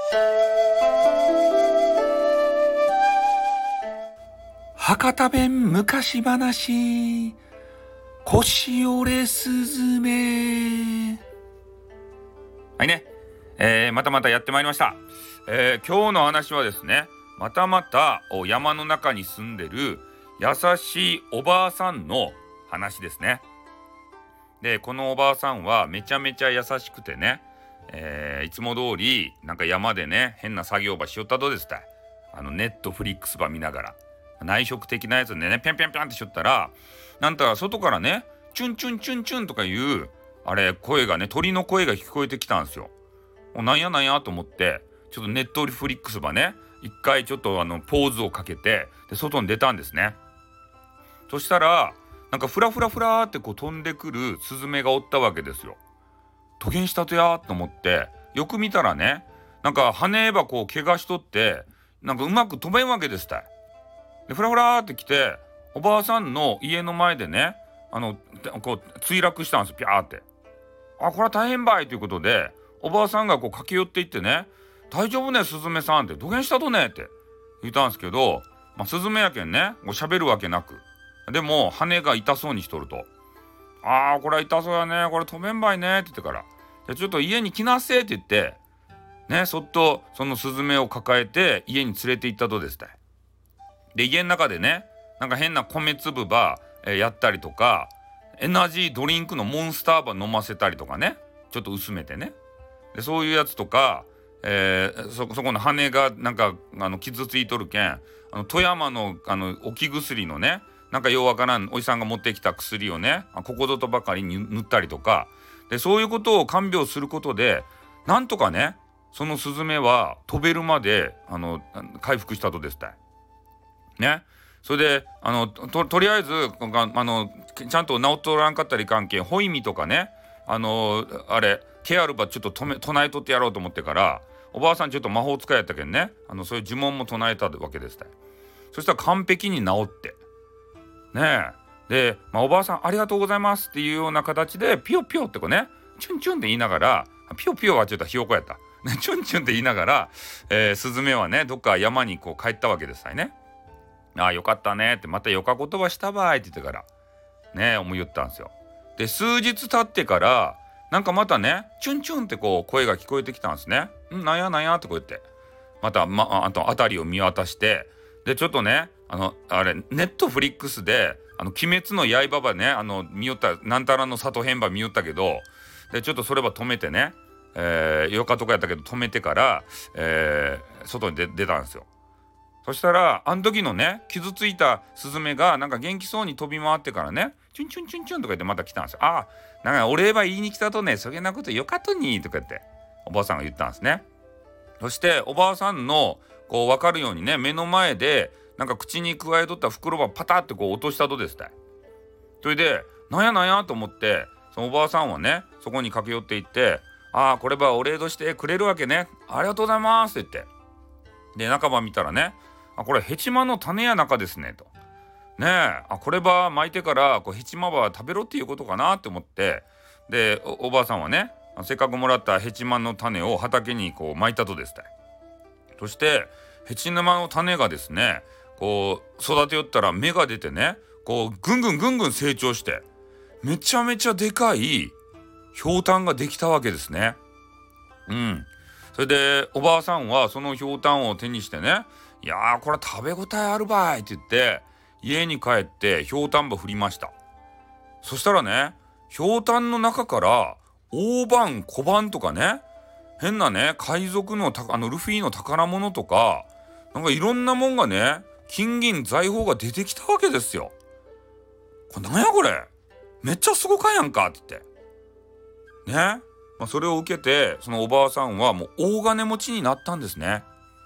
博多弁昔話、腰折れスズメ。はいね、またやってまいりました。今日の話はですね、また山の中に住んでる優しいおばあさんの話ですね。で、このおばあさんはめちゃめちゃ優しくてね、いつも通りなんか山でね変な作業場しよったとですたい。ネットフリックスば見ながら内職的なやつでねピャンピャンピャンってしよったら、なんか外からねチュンチュンチュンチュンとかいう声がね、鳥の声が聞こえてきたんですよ。なんやと思って、ちょっとネットフリックスばね一回ちょっとポーズをかけて、で外に出たんですね。そしたらなんかフラってこう飛んでくるスズメがおったわけですよ。トゲンしたとやと思ってよく見たらね、なんか羽ばこう怪我しとってなんかうまく飛べんわけですたい。でフラって来ておばあさんの家の前でねこう墜落したんです、ピャーって。これは大変ばいということでおばあさんがこう駆け寄っていってね、大丈夫ねスズメさんって、どげんしたとねって言ったんですけど、スズメやけんねもう喋るわけなく、でも羽が痛そうにしとると、これは痛そうやね、これ飛べんばいねって言ってから、ちょっと家に来なせって言ってね、そっとそのスズメを抱えて家に連れて行ったとですたい。で家の中でねなんか変な米粒ば、やったりとか、エナジードリンクのモンスターば飲ませたりとかね、ちょっと薄めてね、でそういうやつとか、そこの羽がなんか傷ついとるけん、富山の置き薬のねなんかようわからんおじさんが持ってきた薬をねここぞとばかりに塗ったりとかで、そういうことを看病することでなんとかねそのスズメは飛べるまで回復したとですたいね。それでとりあえずちゃんと治っとらんかったり関係ホイミとかねケアルばちょっと唱えとってやろうと思ってから、おばあさんちょっと魔法使いやったけんねそういう呪文も唱えたわけですたい。そしたら完璧に治ってねで、おばあさんありがとうございますっていうような形でピヨピヨってこうねチュンチュンって言いながら、ピヨピヨはちょっとひよこやったね、チュンチュンって言いながら、スズメはねどっか山にこう帰ったわけですたいね。よかったねって、またよか言葉したばいって言ってからね思い言ったんですよ。で数日経ってからなんかまたねチュンチュンってこう声が聞こえてきたんですね。なんやってこう言ってまたあと辺りを見渡して、でちょっとねネットフリックスで鬼滅の刃ばね見よった、なんたらの里編ば見よったけど、でちょっとそれば止めてね、よかとこやったけど止めてから、外に出たんですよ。そしたらあの時のね傷ついたスズメがなんか元気そうに飛び回ってからね、チュンチュンチュンチュンとか言ってまた来たんですよ。なんかお礼ば言いに来たとね、そげなことよかとにとか言っておばあさんが言ったんですね。そしておばあさんのこう分かるようにね目の前でなんか口にくわえとった袋ばパタってこう落としたとですたい。それでなんやと思って、そのおばあさんはねそこに駆け寄っていって、こればお礼としてくれるわけね、ありがとうございますって言って、で中ば見たらね、これヘチマの種や中ですねとねこれば巻いてからこうヘチマば食べろっていうことかなって思って、で おばあさんはねせっかくもらったヘチマの種を畑にこう巻いたとですたい。そしてヘチマの種がですねこう育てよったら芽が出てね、こうぐんぐん成長してめちゃめちゃでかいひょうたんができたわけですね。それでおばあさんはそのひょうたんを手にしてね、いやこれ食べ応えあるばいって言って家に帰ってひょうたんば振りました。そしたらねひょうたんの中から大判小判とかね変なね海賊のルフィの宝物とかなんかいろんなもんがね金銀財宝が出てきたわけですよ。これなんやこれめっちゃすごかやんかって言ってね、それを受けてそのおばあさんはもう大金持ちになったんですね。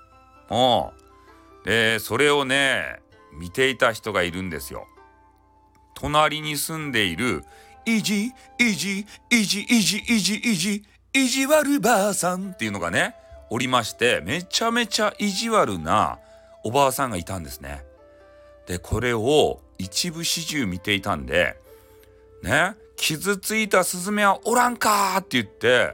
でそれをね見ていた人がいるんですよ。隣に住んでいる意地悪ばあさんっていうのがねおりまして、めちゃめちゃ意地悪なおばあさんがいたんですね。でこれを一部始終見ていたんでね、傷ついたスズメはおらんかって言って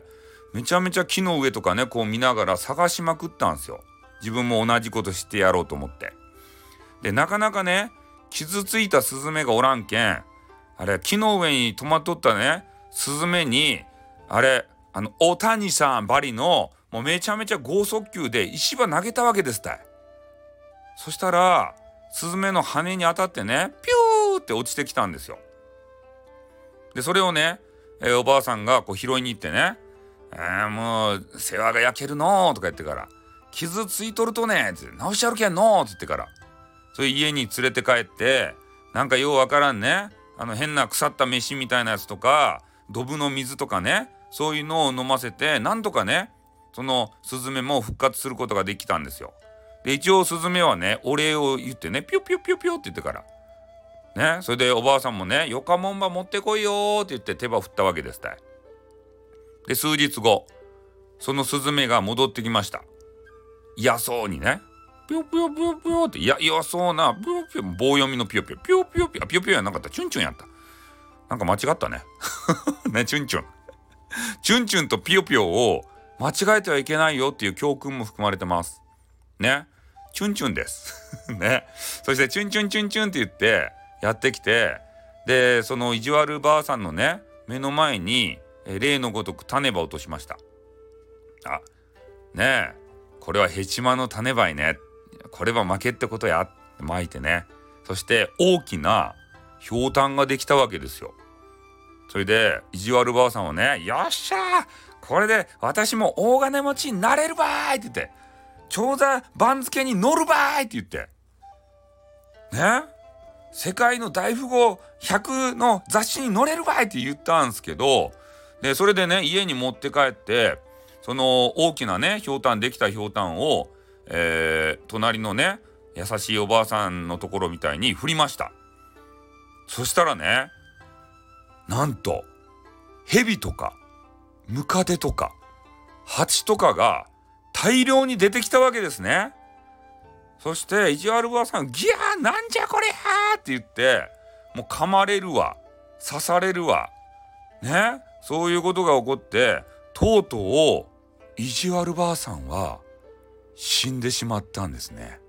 めちゃめちゃ木の上とかねこう見ながら探しまくったんですよ。自分も同じことしてやろうと思って。でなかなかね傷ついたスズメがおらんけん、あれ木の上に止まっとったねスズメに大谷さんばりのもうめちゃめちゃ剛速球で石ば投げたわけですたい。そしたらスズメの羽に当たってねピューって落ちてきたんですよ。でそれをね、おばあさんがこう拾いに行ってねもう世話が焼けるのーとか言ってから傷ついとるとねって直しやるけんのーって言ってからそれ家に連れて帰ってなんかようわからんね変な腐った飯みたいなやつとかドブの水とかねそういうのを飲ませてなんとかねそのスズメも復活することができたんですよ。で一応スズメはねお礼を言ってねピュピュピュピュって言ってからねそれでおばあさんもねよかもんば持ってこいよーって言って手羽振ったわけですたい。で数日後そのスズメが戻ってきました。嫌そうにねピュピュピュピュって嫌そうなピュピュ棒読みのピュピュピュピュピュピュピュやなかったチュンチュンやった。なんか間違ったねねチュンチュンチュンチュンとピヨピヨを間違えてはいけないよっていう教訓も含まれてますね。チュンチュンですね。そしてチュンチュンチュンチュンって言ってやってきて、でその意地悪ばあさんのね目の前に例のごとく種ば落としました。あねえこれはヘチマの種ばいね、これは負けってことやって巻いてね、そして大きなひょうたんができたわけですよ。それで意地悪ばあさんはねよっしゃーこれで私も大金持ちになれるばーいって言って長座番付に乗るばーいって言ってね世界の大富豪100の雑誌に載れるばいって言ったんですけど、でそれでね家に持って帰ってその大きなねひょうたんできたひょうたんを、隣のね優しいおばあさんのところみたいに振りました。そしたらねなんとヘビとかムカデとかハチとかが大量に出てきたわけですね。そして意地悪ばあさんギャーなんじゃこれーって言ってもう噛まれるわ刺されるわね、そういうことが起こってとうとう意地悪ばあさんは死んでしまったんですね。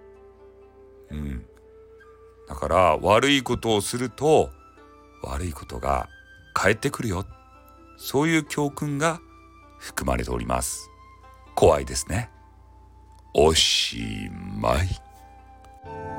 だから悪いことをすると悪いことが返ってくるよ、そういう教訓が含まれております。怖いですね。おしまい。